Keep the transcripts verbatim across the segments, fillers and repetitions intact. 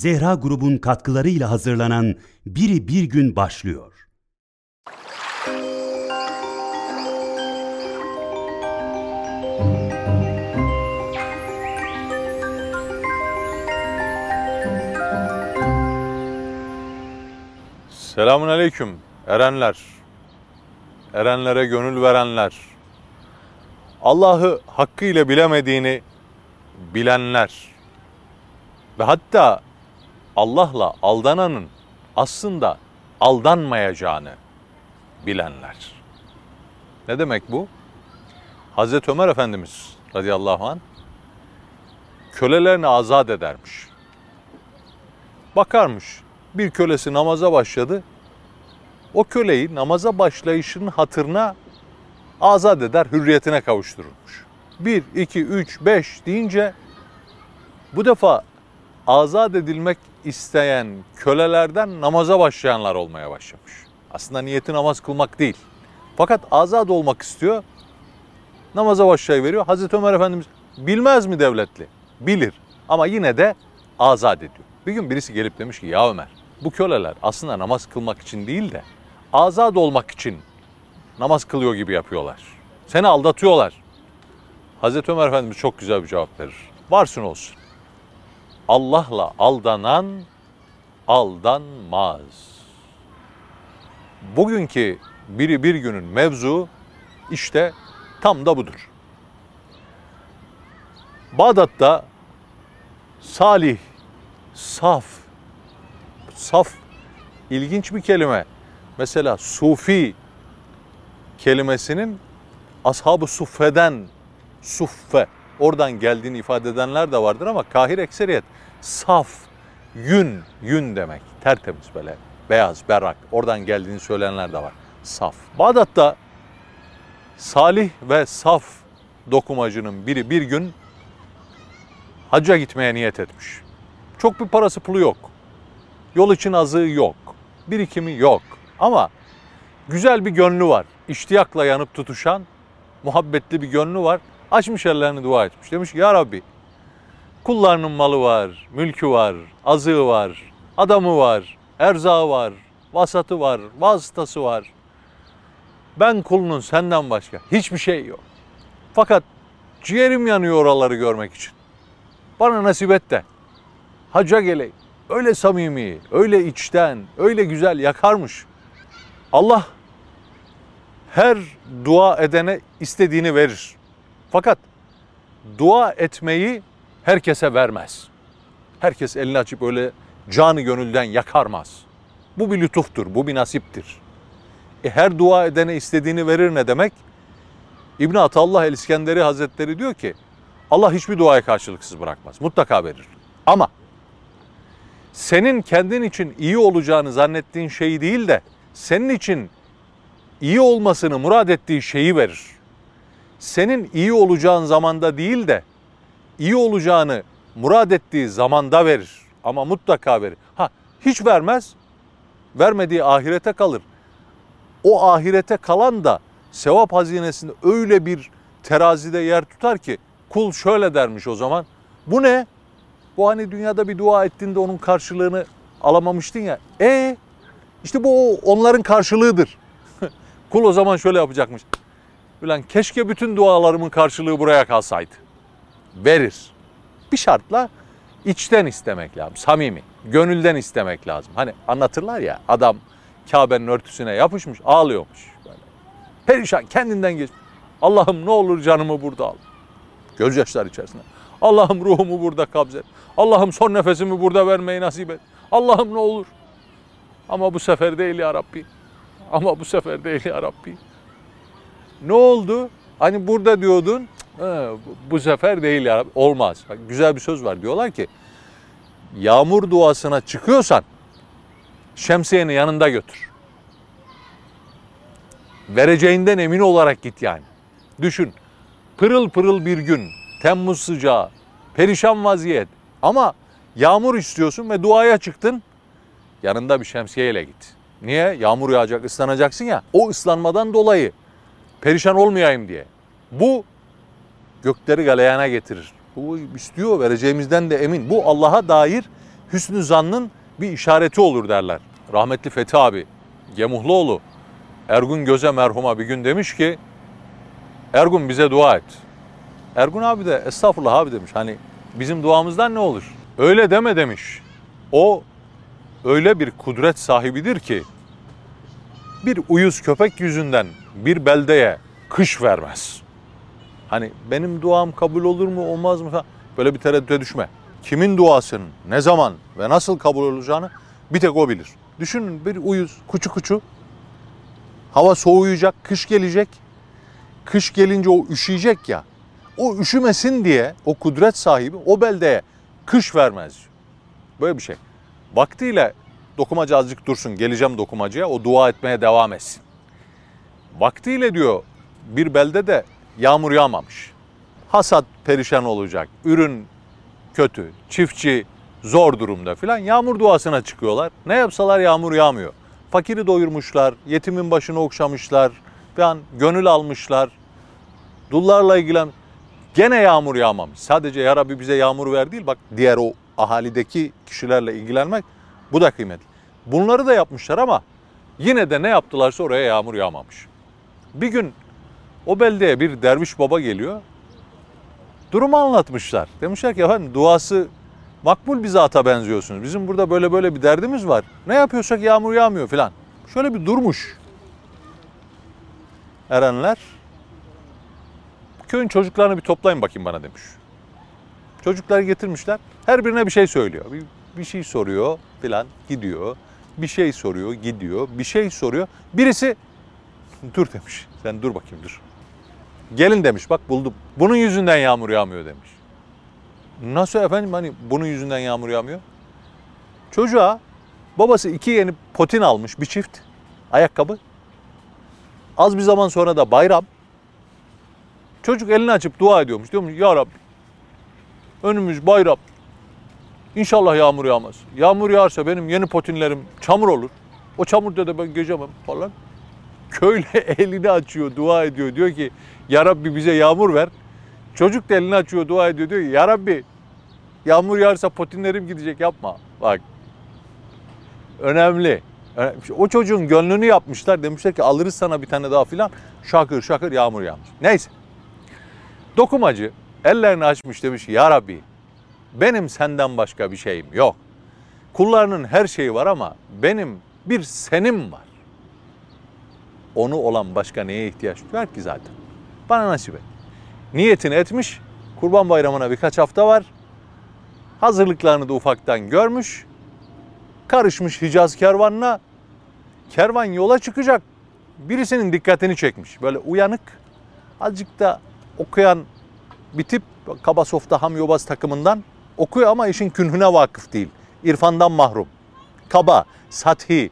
Zehra Grubun katkılarıyla hazırlanan Biri Bir Gün başlıyor. Selamünaleyküm erenler, erenlere gönül verenler, Allah'ı hakkıyla bilemediğini bilenler ve hatta Allah'la aldananın aslında aldanmayacağını bilenler. Ne demek bu? Hazreti Ömer Efendimiz radıyallahu anh kölelerini azat edermiş. Bakarmış, bir kölesi namaza başladı. O köleyi namaza başlayışının hatırına azat eder, hürriyetine kavuştururmuş. Bir, iki, üç, beş deyince bu defa azat edilmek isteyen kölelerden namaza başlayanlar olmaya başlamış. Aslında niyeti namaz kılmak değil. Fakat azat olmak istiyor. Namaza başlayıveriyor. Hazreti Ömer Efendimiz bilmez mi devletli? Bilir. Ama yine de azat ediyor. Bir gün birisi gelip demiş ki ya Ömer, bu köleler aslında namaz kılmak için değil de azat olmak için namaz kılıyor gibi yapıyorlar. Seni aldatıyorlar. Hazreti Ömer Efendimiz çok güzel bir cevap verir. Varsın olsun. Allah'la aldanan aldanmaz. Bugünkü biri bir günün mevzu işte tam da budur. Bağdat'ta salih, saf, saf ilginç bir kelime. Mesela sufi kelimesinin ashab-ı suffeden, suffe, oradan geldiğini ifade edenler de vardır ama kahir ekseriyet saf, yün, yün demek. Tertemiz böyle, beyaz, berrak. Oradan geldiğini söyleyenler de var. Saf. Bağdat'ta salih ve saf dokumacının biri bir gün hacca gitmeye niyet etmiş. Çok bir parası pulu yok. Yol için azığı yok. Birikimi yok. Ama güzel bir gönlü var. İştiyakla yanıp tutuşan, muhabbetli bir gönlü var. Açmış ellerini dua etmiş. Demiş ki ya Rabbi, kullarının malı var, mülkü var, azığı var, adamı var, erzağı var, vasatı var, vasıtası var. Ben kulunun senden başka hiçbir şey yok. Fakat ciğerim yanıyor oraları görmek için. Bana nasip et de hacca geleyim. Öyle samimi, öyle içten, öyle güzel yakarmış. Allah her dua edene istediğini verir. Fakat dua etmeyi herkese vermez. Herkes elini açıp öyle canı gönülden yakarmaz. Bu bir lütuftur, bu bir nasiptir. E her dua edene istediğini verir ne demek? İbn Atallah el-İskenderi Hazretleri diyor ki Allah hiçbir duayı karşılıksız bırakmaz. Mutlaka verir. Ama senin kendin için iyi olacağını zannettiğin şeyi değil de senin için iyi olmasını murad ettiği şeyi verir. Senin iyi olacağın zamanda değil de iyi olacağını murad ettiği zamanda verir. Ama mutlaka verir. Ha, hiç vermez. Vermediği ahirete kalır. O ahirete kalan da sevap hazinesinde öyle bir terazide yer tutar ki kul şöyle dermiş o zaman. Bu ne? Bu hani dünyada bir dua ettiğinde onun karşılığını alamamıştın ya. E işte bu onların karşılığıdır. Kul o zaman şöyle yapacakmış. Ulan keşke bütün dualarımın karşılığı buraya kalsaydı. Verir. Bir şartla içten istemek lazım. Samimi. Gönülden istemek lazım. Hani anlatırlar ya adam Kabe'nin örtüsüne yapışmış ağlıyormuş. Böyle. Perişan kendinden geçmiş. Allah'ım ne olur canımı burada al. Gözyaşlar içerisinde. Allah'ım ruhumu burada kabzet. Allah'ım son nefesimi burada vermeyi nasip et. Allah'ım ne olur. Ama bu sefer değil ya Rabbi. Ama bu sefer değil ya Rabbi. Ne oldu? Hani burada diyordun, bu sefer değil ya Rabbi. Olmaz. Bak, güzel bir söz var. Diyorlar ki, yağmur duasına çıkıyorsan şemsiyeni yanında götür. Vereceğinden emin olarak git yani. Düşün, pırıl pırıl bir gün, Temmuz sıcağı, perişan vaziyet. Ama yağmur istiyorsun ve duaya çıktın, yanında bir şemsiyeyle git. Niye? Yağmur yağacak, ıslanacaksın ya. O ıslanmadan dolayı perişan olmayayım diye. Bu gökleri galeyana getirir. Bu istiyor, vereceğimizden de emin. Bu Allah'a dair hüsnü zannın bir işareti olur derler. Rahmetli Fethi abi, Gemuhluoğlu, Ergun Göze merhuma bir gün demiş ki, Ergun bize dua et. Ergun abi de estağfurullah abi demiş. Hani bizim duamızdan ne olur? Öyle deme demiş. O öyle bir kudret sahibidir ki bir uyuz köpek yüzünden bir beldeye kış vermez. Hani benim duam kabul olur mu olmaz mı falan böyle bir tereddüte düşme. Kimin duasının ne zaman ve nasıl kabul olacağını bir tek o bilir. Düşünün bir uyuz kuçu kuçu, hava soğuyacak, kış gelecek. Kış gelince o üşüyecek ya. O üşümesin diye o kudret sahibi o beldeye kış vermez. Böyle bir şey. Vaktiyle dokumacı azıcık dursun. Geleceğim dokumacıya. O dua etmeye devam etsin. Vaktiyle diyor bir beldede yağmur yağmamış. Hasat perişan olacak. Ürün kötü. Çiftçi zor durumda filan. Yağmur duasına çıkıyorlar. Ne yapsalar yağmur yağmıyor. Fakiri doyurmuşlar. Yetimin başını okşamışlar. Falan gönül almışlar. Dullarla ilgilen. Gene yağmur yağmamış. Sadece ya Rabbi bize yağmur ver değil. Bak diğer o ahalideki kişilerle ilgilenmek bu da kıymetli. Bunları da yapmışlar ama yine de ne yaptılarsa oraya yağmur yağmamış. Bir gün o beldeye bir derviş baba geliyor. Durumu anlatmışlar. Demişler ki efendim duası makbul bir zata benziyorsunuz. Bizim burada böyle böyle bir derdimiz var. Ne yapıyorsak yağmur yağmıyor filan. Şöyle bir durmuş. Erenler, köyün çocuklarını bir toplayın bakayım bana demiş. Çocukları getirmişler. Her birine bir şey söylüyor. Bir, bir şey soruyor filan gidiyor. Bir şey soruyor gidiyor. Bir şey soruyor. Birisi dur demiş. Sen dur bakayım dur. Gelin demiş bak buldum. Bunun yüzünden yağmur yağmıyor demiş. Nasıl efendim hani bunun yüzünden yağmur yağmıyor? Çocuğa babası iki yeni potin almış bir çift ayakkabı. Az bir zaman sonra da bayram. Çocuk elini açıp dua ediyormuş. Diyormuş ya Rabbi önümüz bayram. İnşallah yağmur yağmaz. Yağmur yağarsa benim yeni potinlerim çamur olur. O çamurda da ben gezemem falan. Köylü elini açıyor, dua ediyor. Diyor ki ya Rabbi bize yağmur ver. Çocuk da elini açıyor, dua ediyor. Diyor ki ya Rabbi yağmur yağarsa potinlerim gidecek yapma. Bak önemli. O çocuğun gönlünü yapmışlar. Demişler ki alırız sana bir tane daha filan. Şakır şakır yağmur yağmış. Neyse. Dokumacı ellerini açmış demiş ki ya Rabbi benim senden başka bir şeyim yok. Kullarının her şeyi var ama benim bir senim var. Onu olan başka neye ihtiyaç var ki zaten? Bana nasip et. Niyetini etmiş. Kurban Bayramı'na birkaç hafta var. Hazırlıklarını da ufaktan görmüş. Karışmış Hicaz kervanına. Kervan yola çıkacak. Birisinin dikkatini çekmiş. Böyle uyanık, azıcık da okuyan bir tip Kabasof'ta Hamyobaz takımından okuyor ama işin künhüne vakıf değil. İrfandan mahrum. Kaba, sathi,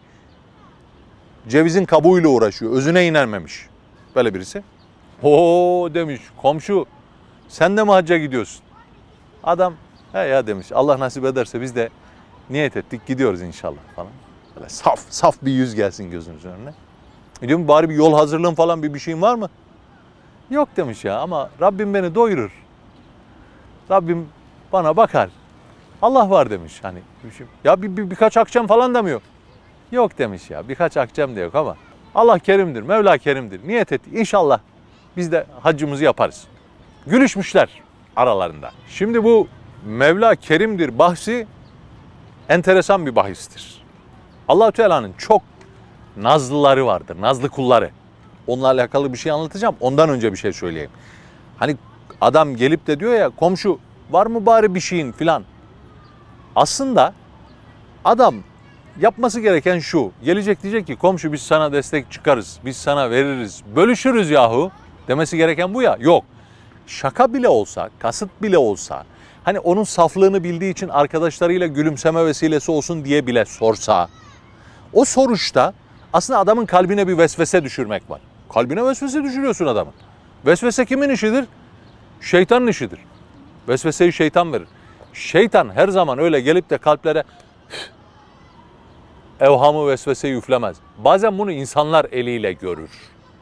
cevizin kabuğuyla uğraşıyor. Özüne inermemiş. Böyle birisi. Oo demiş komşu sen de mi hacca gidiyorsun? Adam he ya demiş Allah nasip ederse biz de niyet ettik gidiyoruz inşallah falan. Böyle saf saf bir yüz gelsin gözünüzün önüne. E diyorum bari bir yol hazırlığın falan bir bir şeyin var mı? Yok demiş ya ama Rabbim beni doyurur. Rabbim bana bakar. Allah var demiş hani. Ya bir, bir, birkaç akşam falan da mı yok? Yok demiş ya birkaç akşam da yok ama Allah kerimdir, Mevla kerimdir. Niyet et inşallah biz de haccımızı yaparız. Gülüşmüşler aralarında. Şimdi bu Mevla kerimdir bahsi enteresan bir bahistir. Allah-u Teala'nın çok nazlıları vardır, nazlı kulları. Onlarla alakalı bir şey anlatacağım. Ondan önce bir şey söyleyeyim. Hani adam gelip de diyor ya komşu var mı bari bir şeyin filan. Aslında adam yapması gereken şu. Gelecek diyecek ki komşu biz sana destek çıkarız. Biz sana veririz. Bölüşürüz yahu. Demesi gereken bu ya. Yok. Şaka bile olsa, kasıt bile olsa, hani onun saflığını bildiği için arkadaşlarıyla gülümseme vesilesi olsun diye bile sorsa, o soruşta aslında adamın kalbine bir vesvese düşürmek var. Kalbine vesvese düşürüyorsun adamın. Vesvese kimin işidir? Şeytanın işidir. Vesveseyi şeytan verir. Şeytan her zaman öyle gelip de kalplere evhamı vesveseyi üflemez. Bazen bunu insanlar eliyle görür.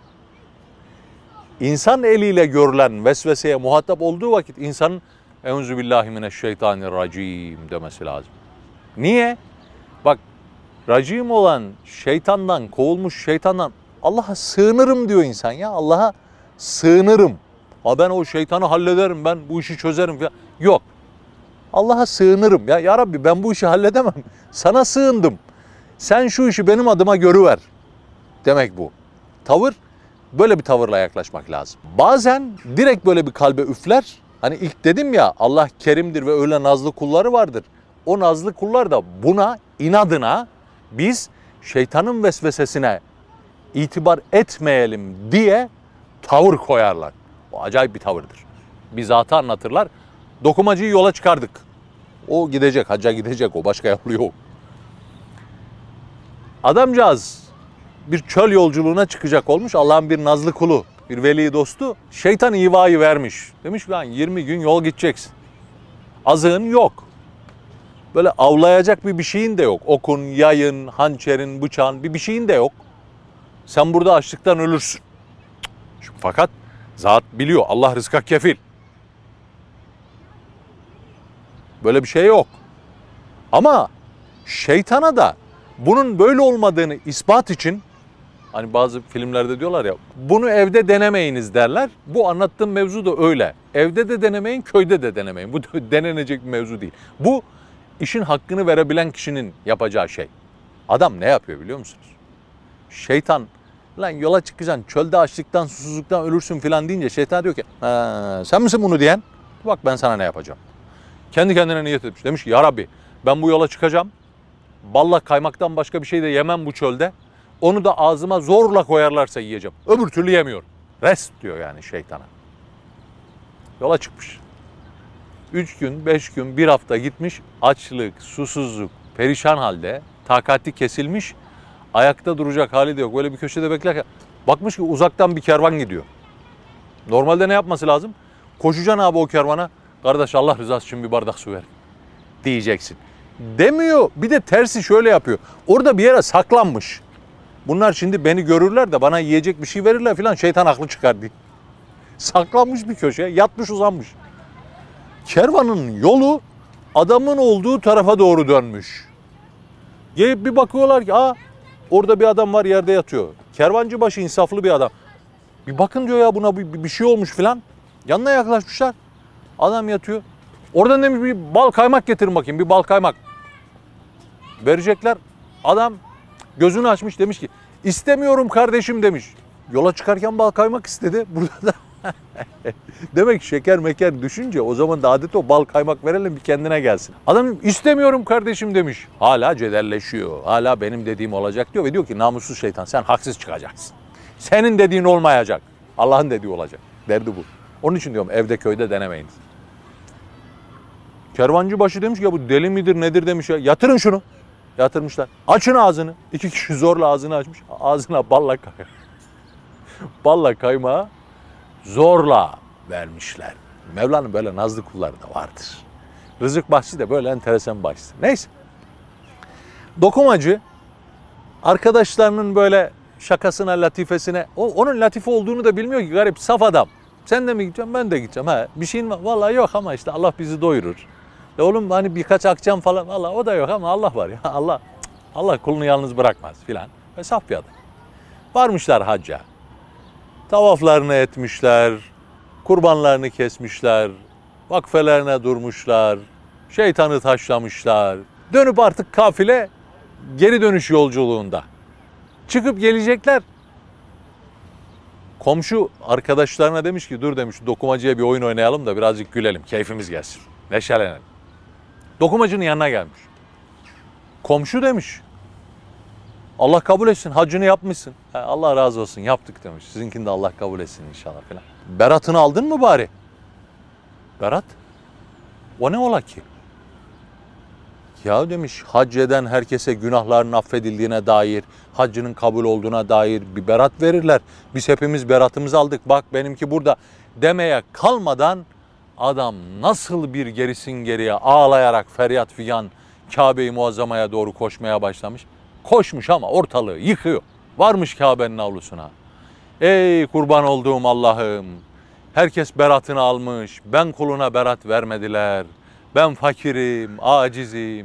İnsan eliyle görülen vesveseye muhatap olduğu vakit insanın Euzubillahimineşşeytanirracim demesi lazım. Niye? Bak, racim olan şeytandan, kovulmuş şeytandan Allah'a sığınırım diyor insan ya. Allah'a sığınırım. Ha ben o şeytanı hallederim, ben bu işi çözerim falan. Yok. Allah'a sığınırım. Ya, ya Rabbi ben bu işi halledemem. Sana sığındım. Sen şu işi benim adıma görüver. Demek bu. Tavır, böyle bir tavırla yaklaşmak lazım. Bazen direkt böyle bir kalbe üfler. Hani ilk dedim ya, Allah kerimdir ve öyle nazlı kulları vardır. O nazlı kullar da buna, inadına biz şeytanın vesvesesine itibar etmeyelim diye tavır koyarlar. O acayip bir tavırdır. Bizatı anlatırlar. Dokumacıyı yola çıkardık. O gidecek, hacca gidecek, o başka yolu yok. Adamcağız bir çöl yolculuğuna çıkacak olmuş. Allah'ın bir nazlı kulu, bir veli dostu. Şeytan ivayı vermiş. Demiş lan yirmi gün yol gideceksin. Azığın yok. Böyle avlayacak bir bir şeyin de yok. Okun, yayın, hançerin, bıçağın bir bir şeyin de yok. Sen burada açlıktan ölürsün. Fakat zat biliyor. Allah rızka kefil. Böyle bir şey yok. Ama şeytana da bunun böyle olmadığını ispat için, hani bazı filmlerde diyorlar ya, bunu evde denemeyiniz derler. Bu anlattığım mevzu da öyle. Evde de denemeyin, köyde de denemeyin. Bu denenecek bir mevzu değil. Bu işin hakkını verebilen kişinin yapacağı şey. Adam ne yapıyor biliyor musunuz? Şeytan, lan yola çıkacaksın, çölde açlıktan, susuzluktan ölürsün falan deyince şeytan diyor ki, sen misin bunu diyen? Bak ben sana ne yapacağım. Kendi kendine niyet etmiş. Demiş ki ya Rabbi ben bu yola çıkacağım. Balla kaymaktan başka bir şey de yemem bu çölde. Onu da ağzıma zorla koyarlarsa yiyeceğim. Öbür türlü yemiyorum. Rest diyor yani şeytana. Yola çıkmış. Üç gün, beş gün, bir hafta gitmiş. Açlık, susuzluk, perişan halde. Takati kesilmiş. Ayakta duracak hali de yok. Böyle bir köşede beklerken bakmış ki uzaktan bir kervan gidiyor. Normalde ne yapması lazım? Koşacaksın abi o kervana. Kardeş Allah rızası için bir bardak su ver diyeceksin. Demiyor. Bir de tersi şöyle yapıyor. Orada bir yere saklanmış. Bunlar şimdi beni görürler de bana yiyecek bir şey verirler filan, şeytan aklı çıkar diye. Saklanmış bir köşeye, yatmış uzanmış. Kervanın yolu adamın olduğu tarafa doğru dönmüş. Gelip bir bakıyorlar ki aa orada bir adam var yerde yatıyor. Kervancı başı insaflı bir adam. Bir bakın diyor ya buna bir, bir şey olmuş filan. Yanına yaklaşmışlar. Adam yatıyor. Oradan demiş bir bal kaymak getirin bakayım. Bir bal kaymak. Verecekler. Adam gözünü açmış demiş ki istemiyorum kardeşim demiş. Yola çıkarken bal kaymak istedi. Burada da demek ki şeker meker düşünce o zaman da adet o bal kaymak verelim bir kendine gelsin. Adam istemiyorum kardeşim demiş. Hala cedelleşiyor. Hala benim dediğim olacak diyor ve diyor ki namussuz şeytan sen haksız çıkacaksın. Senin dediğin olmayacak. Allah'ın dediği olacak. Derdi bu. Onun için diyorum evde köyde denemeyiniz. Kervancı başı demiş ki ya bu deli midir nedir demiş ya. Yatırın şunu. Yatırmışlar. Açın ağzını. İki kişi zorla ağzını açmış. Ağzına balla kaymağı. Balla kaymağı zorla vermişler. Mevla'nın böyle nazlı kulları da vardır. Rızık bahçesi de böyle enteresan bahçesi. Neyse. Dokumacı arkadaşlarının böyle şakasına, latifesine, o, onun latife olduğunu da bilmiyor ki garip, saf adam. Sen de mi gideceksin? Ben de gideceğim. Ha, bir şeyin var. Vallahi yok ama işte Allah bizi doyurur. E oğlum hani birkaç akşam falan, vallahi o da yok ama Allah var ya. Allah Allah kulunu yalnız bırakmaz filan. Ve saf bir adam. Varmışlar hacca. Tavaflarını etmişler. Kurbanlarını kesmişler. Vakfelerine durmuşlar. Şeytanı taşlamışlar. Dönüp artık kafile geri dönüş yolculuğunda. Çıkıp gelecekler. Komşu arkadaşlarına demiş ki dur demiş dokumacıya bir oyun oynayalım da birazcık gülelim. Keyfimiz gelsin. Neşelenelim. Dokumacının yanına gelmiş. Komşu demiş. Allah kabul etsin. Haccını yapmışsın. He, Allah razı olsun. Yaptık demiş. Sizinkini de Allah kabul etsin inşallah falan. Berat'ını aldın mı bari? Berat? O ne ola ki? Ya demiş hac eden herkese günahların affedildiğine dair, haccının kabul olduğuna dair bir berat verirler. Biz hepimiz beratımızı aldık. Bak benimki burada demeye kalmadan adam nasıl bir gerisin geriye ağlayarak feryat figan Kabe-i Muazzama'ya doğru koşmaya başlamış. Koşmuş ama ortalığı yıkıyor. Varmış Kabe'nin avlusuna. Ey kurban olduğum Allah'ım. Herkes beratını almış. Ben kuluna berat vermediler. Ben fakirim, acizim.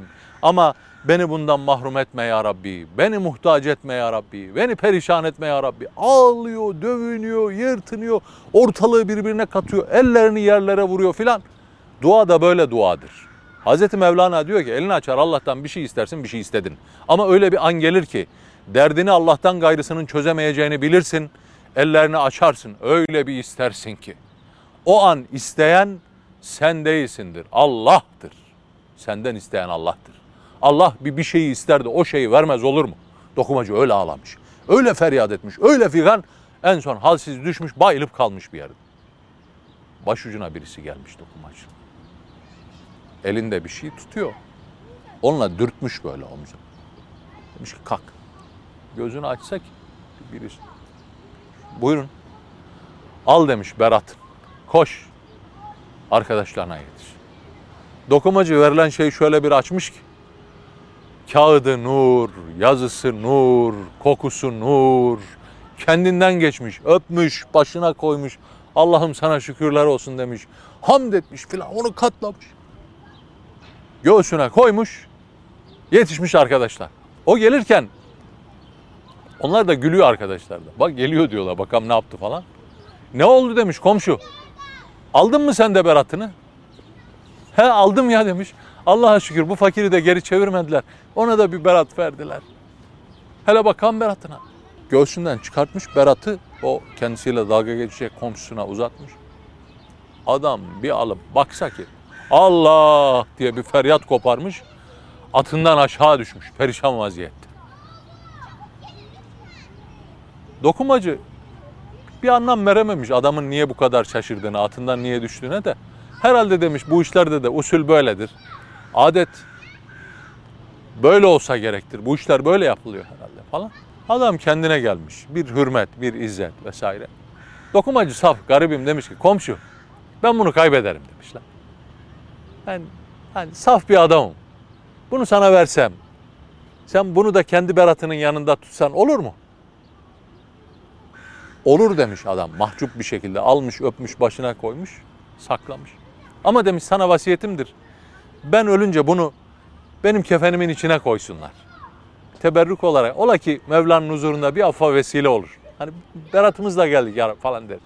Ama beni bundan mahrum etme ya Rabbi, beni muhtaç etme ya Rabbi, beni perişan etme ya Rabbi. Ağlıyor, dövünüyor, yırtınıyor, ortalığı birbirine katıyor, ellerini yerlere vuruyor filan. Dua da böyle duadır. Hazreti Mevlana diyor ki elini açar Allah'tan bir şey istersin, bir şey istedin. Ama öyle bir an gelir ki derdini Allah'tan gayrısının çözemeyeceğini bilirsin, ellerini açarsın, öyle bir istersin ki. O an isteyen sen değilsindir, Allah'tır. Senden isteyen Allah'tır. Allah bir bir şeyi ister de o şeyi vermez olur mu? Dokumacı öyle ağlamış, öyle feryat etmiş, öyle figan, en son halsiz düşmüş, bayılıp kalmış bir yerde. Başucuna birisi gelmiş dokumacı. Elinde bir şey tutuyor. Onunla dürtmüş böyle omzuna. Demiş ki kalk. Gözünü açsa ki birisi. Buyurun. Al demiş Berat. Koş. Arkadaşlarına yetiş. Dokumacı verilen şeyi şöyle bir açmış ki. Kağıdı nur, yazısı nur, kokusu nur. Kendinden geçmiş, öpmüş, başına koymuş. Allah'ım sana şükürler olsun demiş. Hamd etmiş filan, onu katlamış. Göğsüne koymuş, yetişmiş arkadaşlar. O gelirken onlar da gülüyor arkadaşlar da. Bak geliyor diyorlar, bakalım ne yaptı falan. Ne oldu demiş komşu. Aldın mı sen de Berat'ını? He aldım ya demiş. Allah'a şükür bu fakiri de geri çevirmediler. Ona da bir Berat verdiler. Hele bakalım Berat'ına. Göğsünden çıkartmış Berat'ı, o kendisiyle dalga geçecek komşusuna uzatmış. Adam bir alıp baksa ki Allah diye bir feryat koparmış. Atından aşağı düşmüş perişan vaziyette. Dokumacı bir anlam verememiş adamın niye bu kadar şaşırdığını, atından niye düştüğüne de. Herhalde demiş bu işlerde de usul böyledir. Adet böyle olsa gerektir. Bu işler böyle yapılıyor herhalde falan. Adam kendine gelmiş. Bir hürmet, bir izzet vesaire. Dokumacı saf, garibim demiş ki komşu ben bunu kaybederim demişler. Ben hani saf bir adamım. Bunu sana versem, sen bunu da kendi Berat'ının yanında tutsan olur mu? Olur demiş adam mahcup bir şekilde. Almış, öpmüş, başına koymuş, saklamış. Ama demiş sana vasiyetimdir. Ben ölünce bunu benim kefenimin içine koysunlar. Teberrük olarak. Ola ki Mevla'nın huzurunda bir affa vesile olur. Hani Berat'ımızla geldik ya falan der.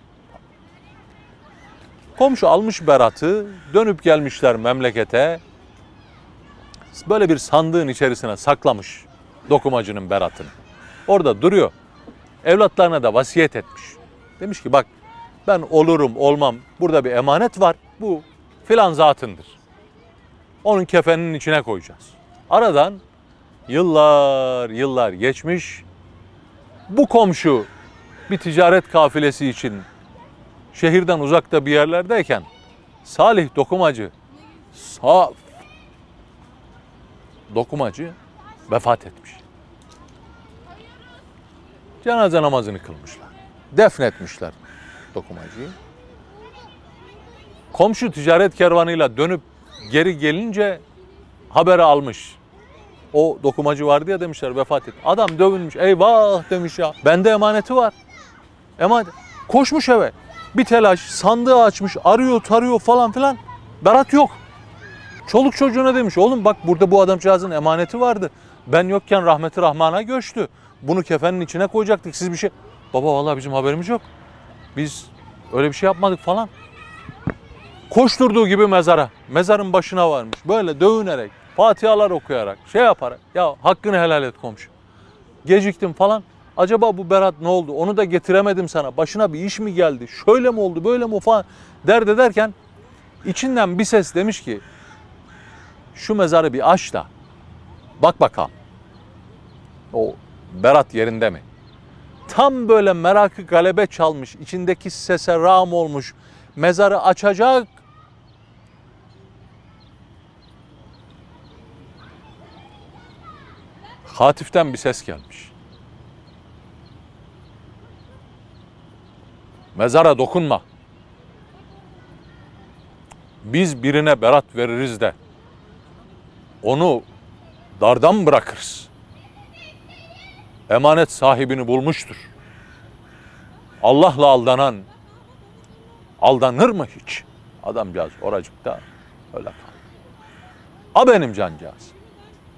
Komşu almış Berat'ı, dönüp gelmişler memlekete. Böyle bir sandığın içerisine saklamış dokumacının Berat'ını. Orada duruyor. Evlatlarına da vasiyet etmiş. Demiş ki bak ben olurum olmam burada bir emanet var. Bu filan zatındır. Onun kefeninin içine koyacağız. Aradan yıllar yıllar geçmiş. Bu komşu bir ticaret kafilesi için şehirden uzakta bir yerlerdeyken Salih dokumacı, saf dokumacı vefat etmiş. Cenaze namazını kılmışlar. Defnetmişler dokumacıyı. Komşu ticaret kervanıyla dönüp geri gelince haberi almış. O dokumacı vardı ya demişler vefat etti. Adam dövünmüş. Eyvah demiş ya. Bende emaneti var. Emanet. Koşmuş eve. Bir telaş. Sandığı açmış. Arıyor tarıyor falan filan. Berat yok. Çoluk çocuğuna demiş. Oğlum bak burada bu adamcağızın emaneti vardı. Ben yokken rahmeti rahmana göçtü. Bunu kefenin içine koyacaktık. Siz bir şey... Baba vallahi bizim haberimiz yok. Biz öyle bir şey yapmadık falan. Koşturduğu gibi mezara. Mezarın başına varmış. Böyle dövünerek, fatihalar okuyarak, şey yaparak. Ya hakkını helal et komşu. Geciktim falan. Acaba bu Berat ne oldu? Onu da getiremedim sana. Başına bir iş mi geldi? Şöyle mi oldu? Böyle mi falan? Dert ederken içinden bir ses demiş ki şu mezarı bir aç da bak bakalım. O Berat yerinde mi? Tam böyle merakı galebe çalmış, içindeki sese rağm olmuş, mezarı açacak. Hatif'ten bir ses gelmiş. Mezara dokunma. Biz birine Berat veririz de onu dardan bırakırız. Emanet sahibini bulmuştur. Allah'la aldanan aldanır mı hiç? Adamcağız oracıkta öyle kaldı. A benim cancağız.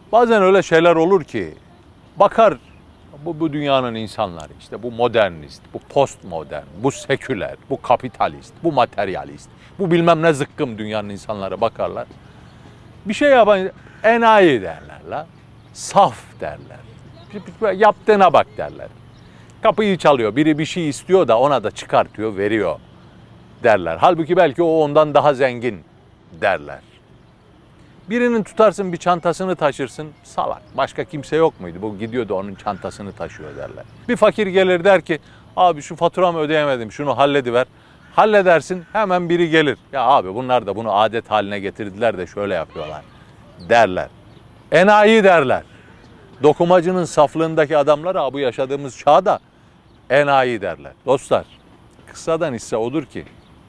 Bazen öyle şeyler olur ki bakar bu, bu dünyanın insanları, işte bu modernist, bu postmodern, bu seküler, bu kapitalist, bu materyalist, bu bilmem ne zıkkım dünyanın insanları bakarlar. Bir şey yapan enayi derler la, saf derler, yaptığına bak derler. Kapıyı çalıyor, biri bir şey istiyor da ona da çıkartıyor, veriyor derler. Halbuki belki o ondan daha zengin derler. Birinin tutarsın bir çantasını taşırsın, salak. Başka kimse yok muydu? Bu gidiyordu onun çantasını taşıyor derler. Bir fakir gelir der ki, abi şu faturamı ödeyemedim, şunu hallediver. Halledersin, hemen biri gelir. Ya abi bunlar da bunu adet haline getirdiler de şöyle yapıyorlar derler. Enayi derler. Dokumacının saflığındaki adamlara bu yaşadığımız çağda enayi derler. Dostlar, kıssadan hisse odur ki,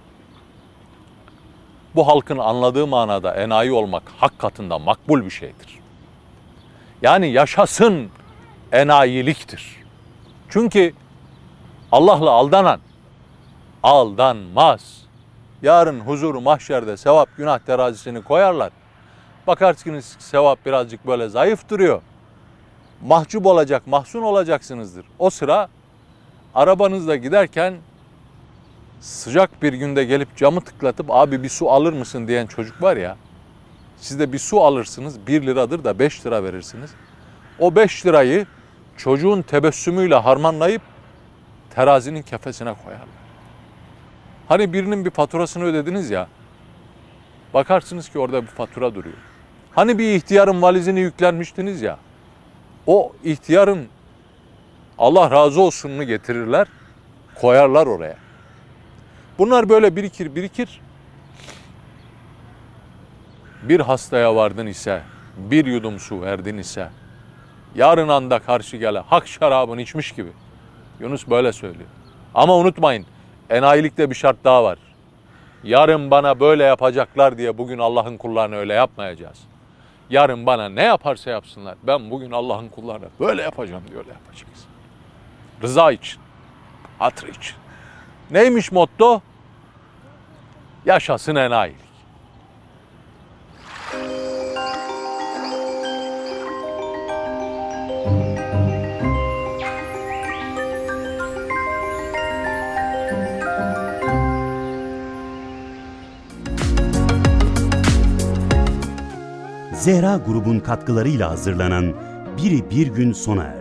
bu halkın anladığı manada enayi olmak hak katında makbul bir şeydir. Yani yaşasın enayiliktir. Çünkü Allah'la aldanan aldanmaz. Yarın huzuru mahşerde sevap günah terazisini koyarlar. Bakarsınız sevap birazcık böyle zayıf duruyor. Mahcup olacak, mahzun olacaksınızdır. O sıra arabanızla giderken sıcak bir günde gelip camı tıklatıp abi bir su alır mısın diyen çocuk var ya, siz de bir su alırsınız, bir liradır da beş lira verirsiniz. O beş lirayı çocuğun tebessümüyle harmanlayıp terazinin kefesine koyarlar. Hani birinin bir faturasını ödediniz ya, bakarsınız ki orada bir fatura duruyor. Hani bir ihtiyarın valizini yüklenmiştiniz ya, o ihtiyarın Allah razı olsununu getirirler, koyarlar oraya. Bunlar böyle birikir birikir. Bir hastaya vardın ise, bir yudum su verdin ise, yarın anda karşı gele hak şarabını içmiş gibi. Yunus böyle söylüyor. Ama unutmayın, enayilikte bir şart daha var. Yarın bana böyle yapacaklar diye bugün Allah'ın kullarına öyle yapmayacağız. Yarın bana ne yaparsa yapsınlar, ben bugün Allah'ın kullarına böyle yapacağım diye öyle yapacağız. Rıza için, hatır için. Neymiş motto? Yaşasın enayilik. Zehra grubun katkılarıyla hazırlanan Biri Bir Gün sona erdi.